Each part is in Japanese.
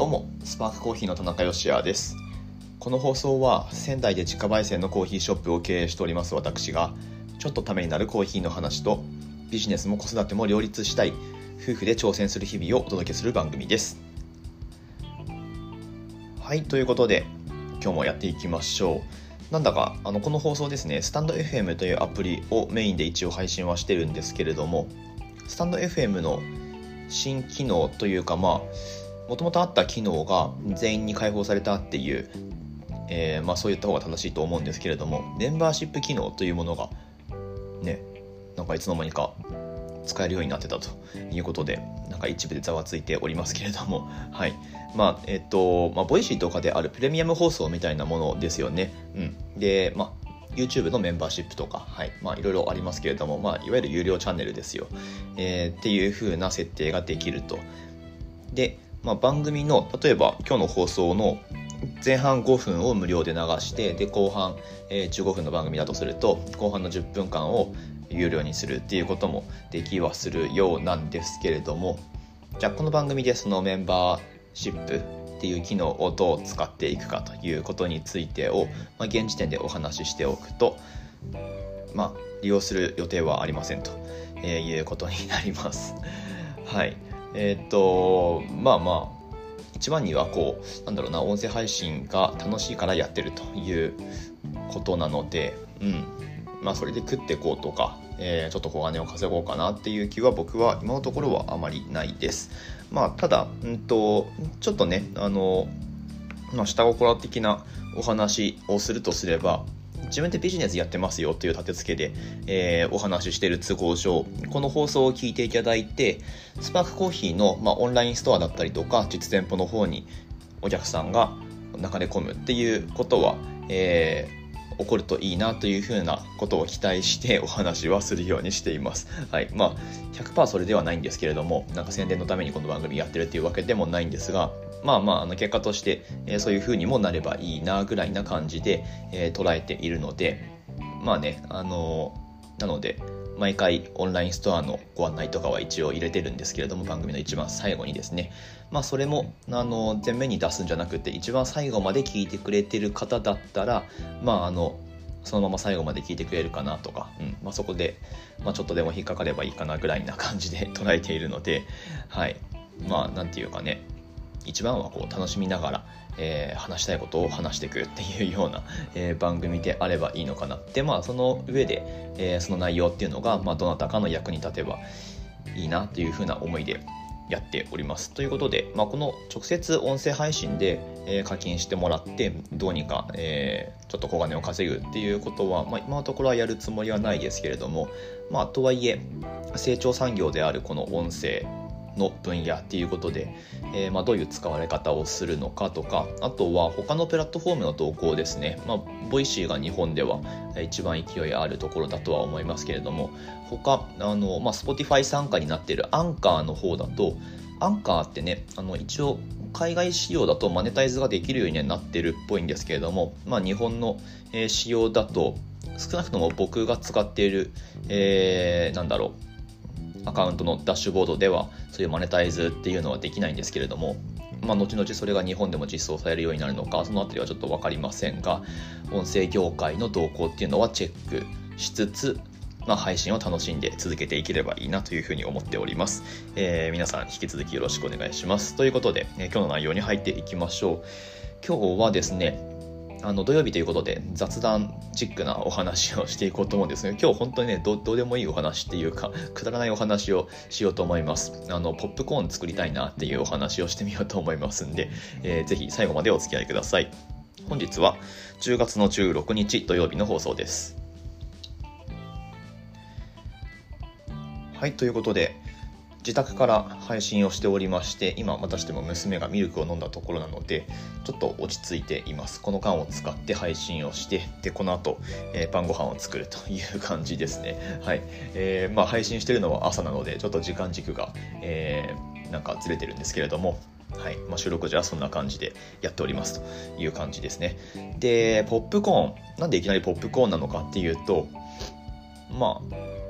どうもスパークコーヒーの田中芳也です。この放送は仙台で自家焙煎のコーヒーショップを経営しております私が、ちょっとためになるコーヒーの話とビジネスも子育ても両立したい夫婦で挑戦する日々をお届けする番組です。はい、ということで今日もやっていきましょう。なんだかこの放送ですね、スタンド FM というアプリをメインで一応配信はしてるんですけれども、スタンド FM の新機能というか、もともとあった機能が全員に開放されたっていう、そういった方が正しいと思うんですけれども、メンバーシップ機能というものがね、なんかいつの間にか使えるようになってたということで、なんか一部でざわついておりますけれども、はい、ボイシーとかであるプレミアム放送みたいなものですよね。で、YouTube のメンバーシップとか、いろいろありますけれども、いわゆる有料チャンネルですよ、っていう風な設定ができると。で、番組の例えば今日の放送の前半5分を無料で流して、で後半、15分の番組だとすると後半の10分間を有料にするっていうこともできはするようなんですけれども、じゃあこの番組でそのメンバーシップっていう機能をどう使っていくかということについてを、現時点でお話ししておくと、利用する予定はありませんということになります。はい。一番には音声配信が楽しいからやってるということなので、それで食っていこうとか、ちょっと小金を稼ごうかなっていう気は僕は今のところはあまりないです。ただちょっとね、下心的なお話をするとすれば、自分でビジネスやってますよという立て付けで、お話ししている都合上、この放送を聞いていただいて、スパークコーヒーの、オンラインストアだったりとか実店舗の方にお客さんが流れ込むっていうことは、起こるといいなというふうなことを期待してお話はするようにしています。はい。100% それではないんですけれども、なんか宣伝のためにこの番組やってるっていうわけでもないんですが、結果として、そういうふうにもなればいいなぐらいな感じで、捉えているので、なので毎回オンラインストアのご案内とかは一応入れてるんですけれども、番組の一番最後にですね、それも前面に出すんじゃなくて、一番最後まで聞いてくれてる方だったらそのまま最後まで聞いてくれるかなとか、そこで、ちょっとでも引っかかればいいかなぐらいな感じで捉えているので、はい、なんていうかね、一番は楽しみながら、話したいことを話していくっていうような、番組であればいいのかなって、その上で、その内容っていうのが、どなたかの役に立てばいいなというふうな思いでやっております。ということで、この直接音声配信で、課金してもらってどうにか、ちょっと小金を稼ぐっていうことは、今のところはやるつもりはないですけれども、とはいえ成長産業であるこの音声の分野っていうことで、どういう使われ方をするのかとか、あとは他のプラットフォームの動向ですね。ボイシーが日本では一番勢いあるところだとは思いますけれども、他Spotify 参加になっているアンカーの方だと、アンカーってね、一応海外仕様だとマネタイズができるようになってるっぽいんですけれども、日本の仕様だと少なくとも僕が使っているアカウントのダッシュボードではそういうマネタイズっていうのはできないんですけれども、後々それが日本でも実装されるようになるのか、そのあたりはちょっと分かりませんが、音声業界の動向っていうのはチェックしつつ、配信を楽しんで続けていければいいなというふうに思っております。皆さん引き続きよろしくお願いします。ということで、今日の内容に入っていきましょう。今日はですね、土曜日ということで雑談チックなお話をしていこうと思うんですが、今日本当にね、どうでもいいお話っていうか、くだらないお話をしようと思います。ポップコーン作りたいなっていうお話をしてみようと思いますんで、ぜひ最後までお付き合いください。本日は10月の16日土曜日の放送です。はい、ということで自宅から配信をしておりまして、今またしても娘がミルクを飲んだところなのでちょっと落ち着いています。この間を使って配信をして、でこの後、晩ご飯を作るという感じですね。はい。配信してるのは朝なのでちょっと時間軸が、なんかずれてるんですけれども、はい。収録時はそんな感じでやっておりますという感じですね。でポップコーン、なんでいきなりポップコーンなのかっていうと、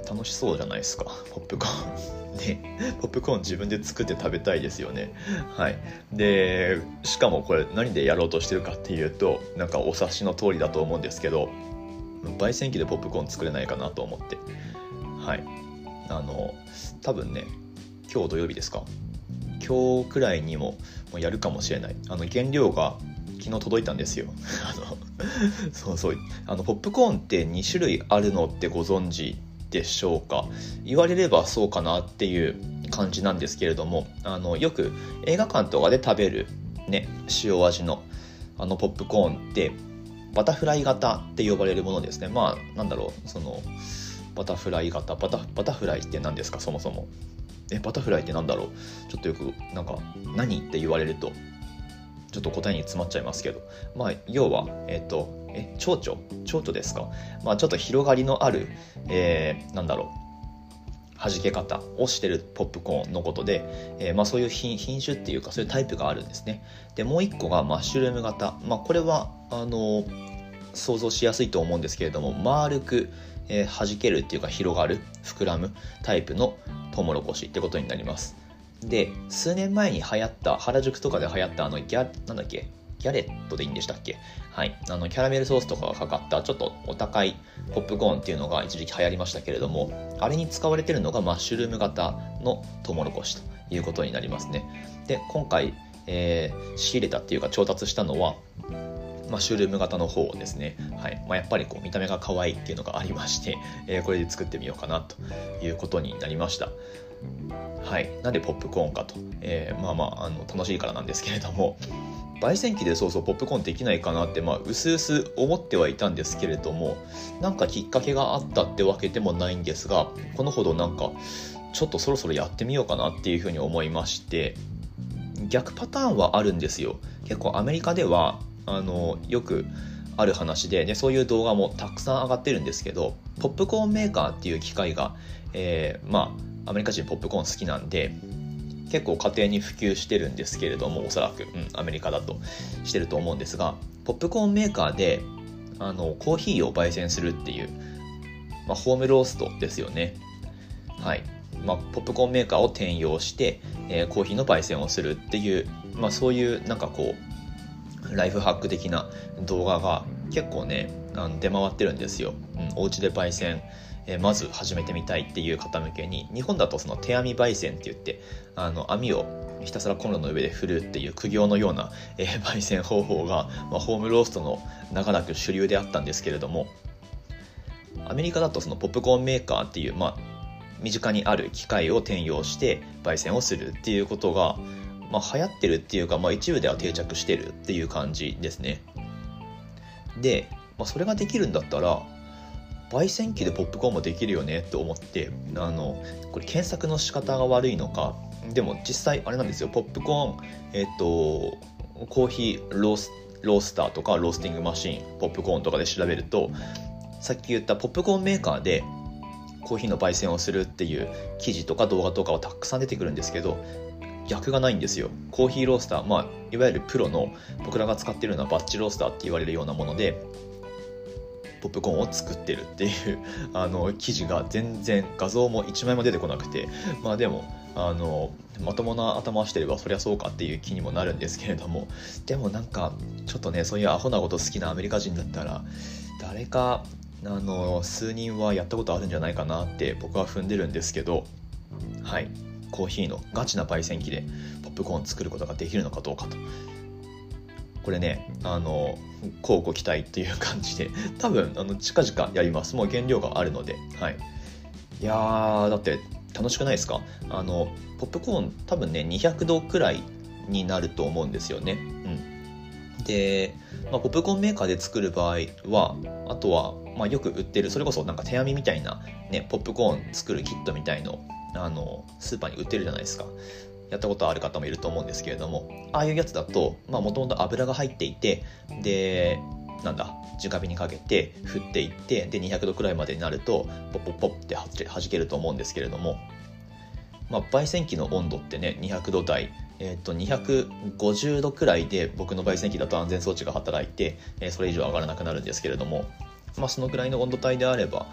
楽しそうじゃないですか、ポップコーンね。ポップコーン自分で作って食べたいですよね。はい。でしかもこれ何でやろうとしてるかっていうと、なんかお察しの通りだと思うんですけど、焙煎機でポップコーン作れないかなと思って。はい。多分ね、今日土曜日ですか、今日くらいにもやるかもしれない。原料が昨日届いたんですよ。そうそう、ポップコーンって2種類あるのってご存知でしょうか。言われればそうかなっていう感じなんですけれども、よく映画館とかで食べるね、塩味のポップコーンってバタフライ型って呼ばれるものですね。まあなんだろう、そのバタフライ型、バタフライって何ですか、そもそも。バタフライってなんだろう、ちょっとよくなんか何って言われるとちょっと答えに詰まっちゃいますけど、まあ要は蝶々ですか。まあちょっと広がりのある、なんだろう、弾け方をしてるポップコーンのことで、まあそういう品種っていうかそういうタイプがあるんですね。でもう一個がマッシュルーム型。まあこれは想像しやすいと思うんですけれども、丸く、弾けるっていうか広がる、膨らむタイプのトウモロコシってことになります。で数年前に流行った、原宿とかで流行ったなんだっけ、ギャレットでいいんでしたっけ。はい、キャラメルソースとかがかかったちょっとお高いポップコーンっていうのが一時期流行りましたけれども、あれに使われているのがマッシュルーム型のトウモロコシということになりますね。で今回、仕入れたっていうか調達したのはマッシュルーム型の方ですね。はい。まあ、やっぱり見た目が可愛いっていうのがありまして、これで作ってみようかなということになりました。はい。なんでポップコーンかと、楽しいからなんですけれども、焙煎機でそうそうポップコーンできないかなって、うすうす思ってはいたんですけれども、なんかきっかけがあったってわけでもないんですが、このほどなんかちょっとそろそろやってみようかなっていうふうに思いまして、逆パターンはあるんですよ。結構アメリカではよくある話で、そういう動画もたくさん上がってるんですけど、ポップコーンメーカーっていう機械が、アメリカ人ポップコーン好きなんで結構家庭に普及してるんですけれども、おそらく、アメリカだとしてると思うんですが、ポップコーンメーカーでコーヒーを焙煎するっていう、ホームローストですよね。はい。ポップコーンメーカーを転用して、コーヒーの焙煎をするっていう、そういうなんかこうライフハック的な動画が結構ね出回ってるんですよ。お家で焙煎、まず始めてみたいっていう方向けに、日本だとその手編み焙煎って言って網をひたすらコンロの上で振るっていう苦行のような、焙煎方法が、ホームローストの長らく主流であったんですけれども、アメリカだとそのポップコーンメーカーっていう、身近にある機械を転用して焙煎をするっていうことが、流行ってるっていうか、一部では定着してるっていう感じですね。で、それができるんだったら焙煎機でポップコーンもできるよねと思って、これ検索の仕方が悪いのか、でも実際あれなんですよ。ポップコーン、コーヒーロースターとかロースティングマシン、ポップコーンとかで調べると、さっき言ったポップコーンメーカーでコーヒーの焙煎をするっていう記事とか動画とかはたくさん出てくるんですけど、逆がないんですよ。コーヒーロースター、いわゆるプロの僕らが使っているようなバッチロースターって言われるようなものでポップコーンを作ってるっていう記事が全然画像も1枚も出てこなくて、でもまともな頭してればそりゃそうかっていう気にもなるんですけれども、でもなんかちょっとね、そういうアホなこと好きなアメリカ人だったら誰か数人はやったことあるんじゃないかなって僕は踏んでるんですけど、はい、コーヒーのガチな焙煎機でポップコーン作ることができるのかどうかと、これね乞うご期待っていう感じで、多分近々やります。もう原料があるので、はい。いやー、だって楽しくないですか。ポップコーン多分ね200度くらいになると思うんですよね。で、ポップコーンメーカーで作る場合は、あとは、よく売ってるそれこそなんか手編みみたいなね、ポップコーン作るキットみたいのスーパーに売ってるじゃないですか。やったことある方もいると思うんですけれども、ああいうやつだともともと油が入っていて、で直火にかけて振っていって、で200度くらいまでになるとポッポッポッって弾けると思うんですけれども、焙煎機の温度ってね200度台、250度くらいで僕の焙煎機だと安全装置が働いて、それ以上上がらなくなるんですけれども、そのくらいの温度帯であれば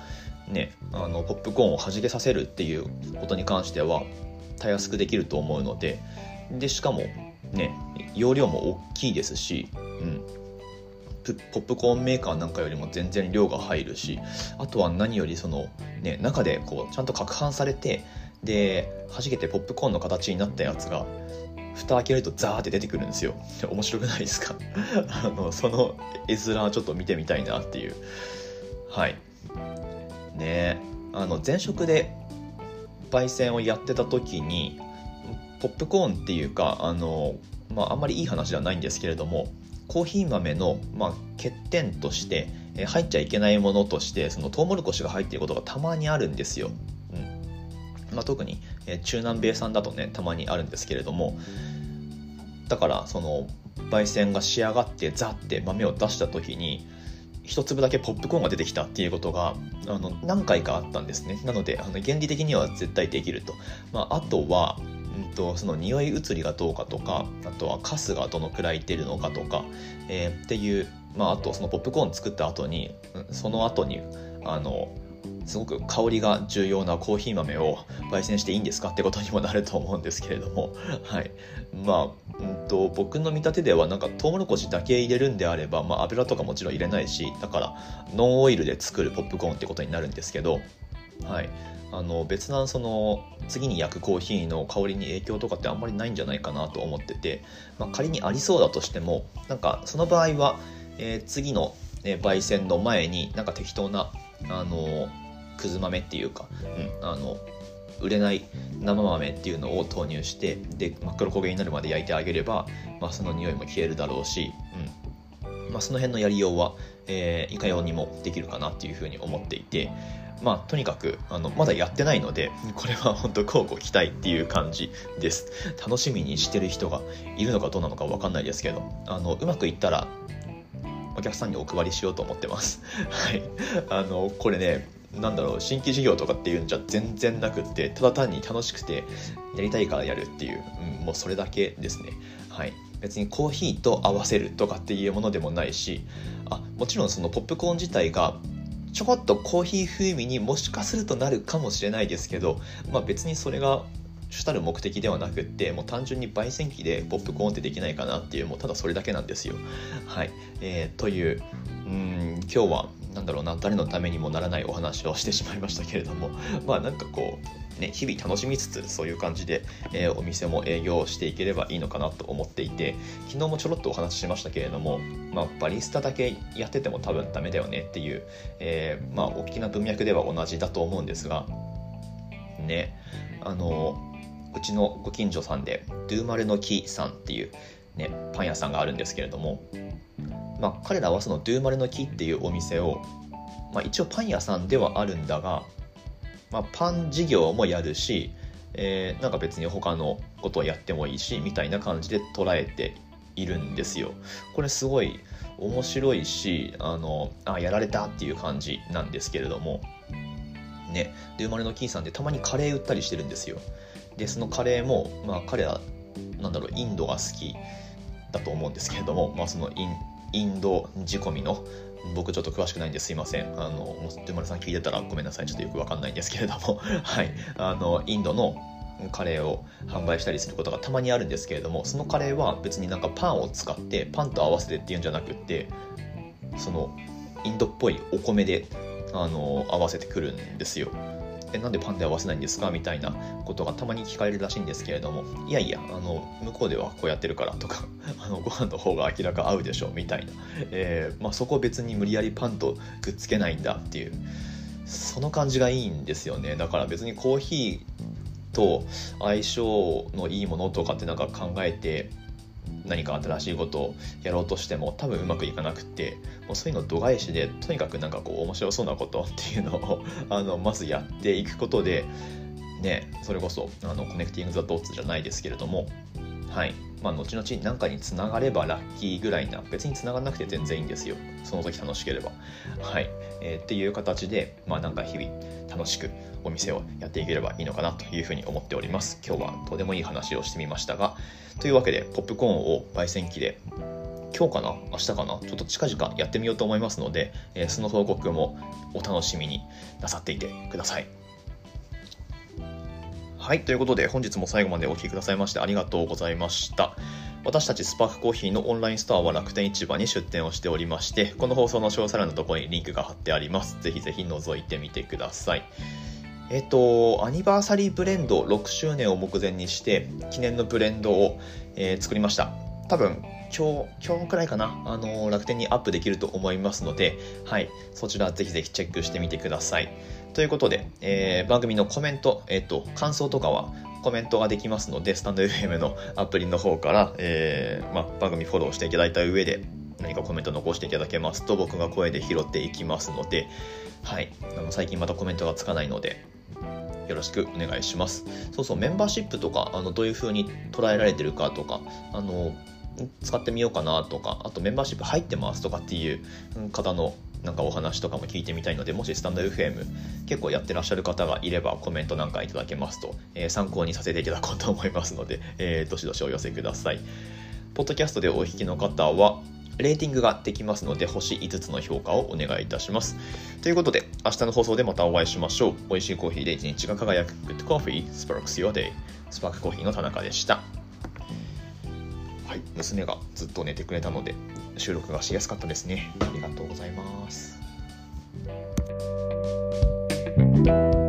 ね、ポップコーンを弾けさせるっていうことに関してはたやすくできると思うので、しかもね、容量も大きいですし、ポップコーンメーカーなんかよりも全然量が入るし、あとは何より中でこうちゃんと攪拌されて、で弾けてポップコーンの形になったやつが蓋開けるとザーって出てくるんですよ。面白くないですか？その絵面ちょっと見てみたいなっていう。はいね、前職で焙煎をやってた時にポップコーンっていうかあんまりいい話ではないんですけれども、コーヒー豆の、欠点として入っちゃいけないものとしてそのトウモロコシが入っていることがたまにあるんですよ。特に中南米産だとねたまにあるんですけれども、だからその焙煎が仕上がってザって豆を出した時に一粒だけポップコーンが出てきたっていうことが何回かあったんですね。なので原理的には絶対できると。あとはその匂い移りがどうかとか、あとはカスがどのくらい出るのかとか、っていう、あとそのポップコーン作った後にその後にすごく香りが重要なコーヒー豆を焙煎していいんですかってことにもなると思うんですけれども、はい、僕の見立てではトウモロコシだけ入れるんであれば、油とかもちろん入れないし、だからノンオイルで作るポップコーンってことになるんですけど、はい、別なその次に焼くコーヒーの香りに影響とかってあんまりないんじゃないかなと思ってて、仮にありそうだとしてもその場合は、次の、焙煎の前に適当なくず豆っていうか、売れない生豆っていうのを投入して、で真っ黒焦げになるまで焼いてあげれば、その匂いも消えるだろうし、その辺のやりようは、いかようにもできるかなっていうふうに思っていて、とにかくまだやってないのでこれは本当乞うご期待っていう感じです。楽しみにしてる人がいるのかどうなのか分かんないですけど、うまくいったらお客さんにお配りしようと思ってます。はい、これね、新規事業とかっていうんじゃ全然なくって、ただ単に楽しくてやりたいからやるっていう、もうそれだけですね。はい、別にコーヒーと合わせるとかっていうものでもないし、もちろんそのポップコーン自体がちょこっとコーヒー風味にもしかするとなるかもしれないですけど、別にそれが主たる目的ではなくって、もう単純に焙煎機でポップコーンってできないかなっていう、もうただそれだけなんですよ。はい、という今日は誰のためにもならないお話をしてしまいましたけれども、日々楽しみつつそういう感じで、お店も営業していければいいのかなと思っていて、昨日もちょろっとお話ししましたけれども、バリスタだけやってても多分ダメだよねっていう、大きな文脈では同じだと思うんですがね、うちのご近所さんでドゥーマルの木さんっていう、パン屋さんがあるんですけれども、彼らはそのドゥーマルの木っていうお店を、一応パン屋さんではあるんだが、パン事業もやるし、別に他のことをやってもいいしみたいな感じで捉えているんですよ。これすごい面白いし、やられたっていう感じなんですけれどもね、ドゥーマルのキーさんでたまにカレー売ったりしてるんですよ。でそのカレーも、彼らインドが好きだと思うんですけれども、そのインド仕込みの、僕ちょっと詳しくないんですいません。ドゥーマルさん聞いてたらごめんなさい、ちょっとよくわかんないんですけれどもはい、インドのカレーを販売したりすることがたまにあるんですけれども、そのカレーは別にパンを使ってパンと合わせてっていうんじゃなくって、そのインドっぽいお米で合わせてくるんですよ。なんでパンで合わせないんですかみたいなことがたまに聞かれるらしいんですけれども、いやいや向こうではこうやってるからとかご飯の方が明らか合うでしょみたいな、そこを別に無理やりパンとくっつけないんだっていう、その感じがいいんですよね。だから別にコーヒーと相性のいいものとかって考えて何か新しいことをやろうとしても多分うまくいかなくって、もうそういうの度外視でとにかく面白そうなことっていうのをまずやっていくことでね、それこそコネクティング・ザ・ドッツじゃないですけれども、はい、後々何かにつながればラッキーぐらいな、別につながらなくて全然いいんですよ、その時楽しければ。はい、っていう形で日々楽しくお店をやっていければいいのかなというふうに思っております。今日はとてもいい話をしてみましたが、というわけでポップコーンを焙煎機で今日かな明日かなちょっと近々やってみようと思いますので、その報告もお楽しみになさっていてください。はい、ということで本日も最後までお聞きくださいましてありがとうございました。私たちスパークコーヒーのオンラインストアは楽天市場に出店をしておりまして、この放送の詳細欄のところにリンクが貼ってあります。ぜひぜひ覗いてみてください。アニバーサリーブレンド6周年を目前にして記念のブレンドを、作りました。多分今日くらいかな、楽天にアップできると思いますので、はい、そちらぜひぜひチェックしてみてください。ということで、番組のコメント、感想とかはコメントができますので、スタンド FM のアプリの方から、番組フォローしていただいた上で何かコメント残していただけますと僕が声で拾っていきますので、はい、最近またコメントがつかないのでよろしくお願いします。そうメンバーシップとかどういう風に捉えられてるかとか使ってみようかなとか、あとメンバーシップ入ってますとかっていう方のなんかお話とかも聞いてみたいので、もしスタンド FM 結構やってらっしゃる方がいればコメントなんかいただけますと、参考にさせていただこうと思いますので、どしどしお寄せください。ポッドキャストでお聞きの方はレーティングができますので星5つの評価をお願いいたします。ということで明日の放送でまたお会いしましょう。美味しいコーヒーで一日が輝く Good Coffee Sparks Your Day。 スパークコーヒーの田中でした。はい、娘がずっと寝てくれたので収録がしやすかったですね。ありがとうございます。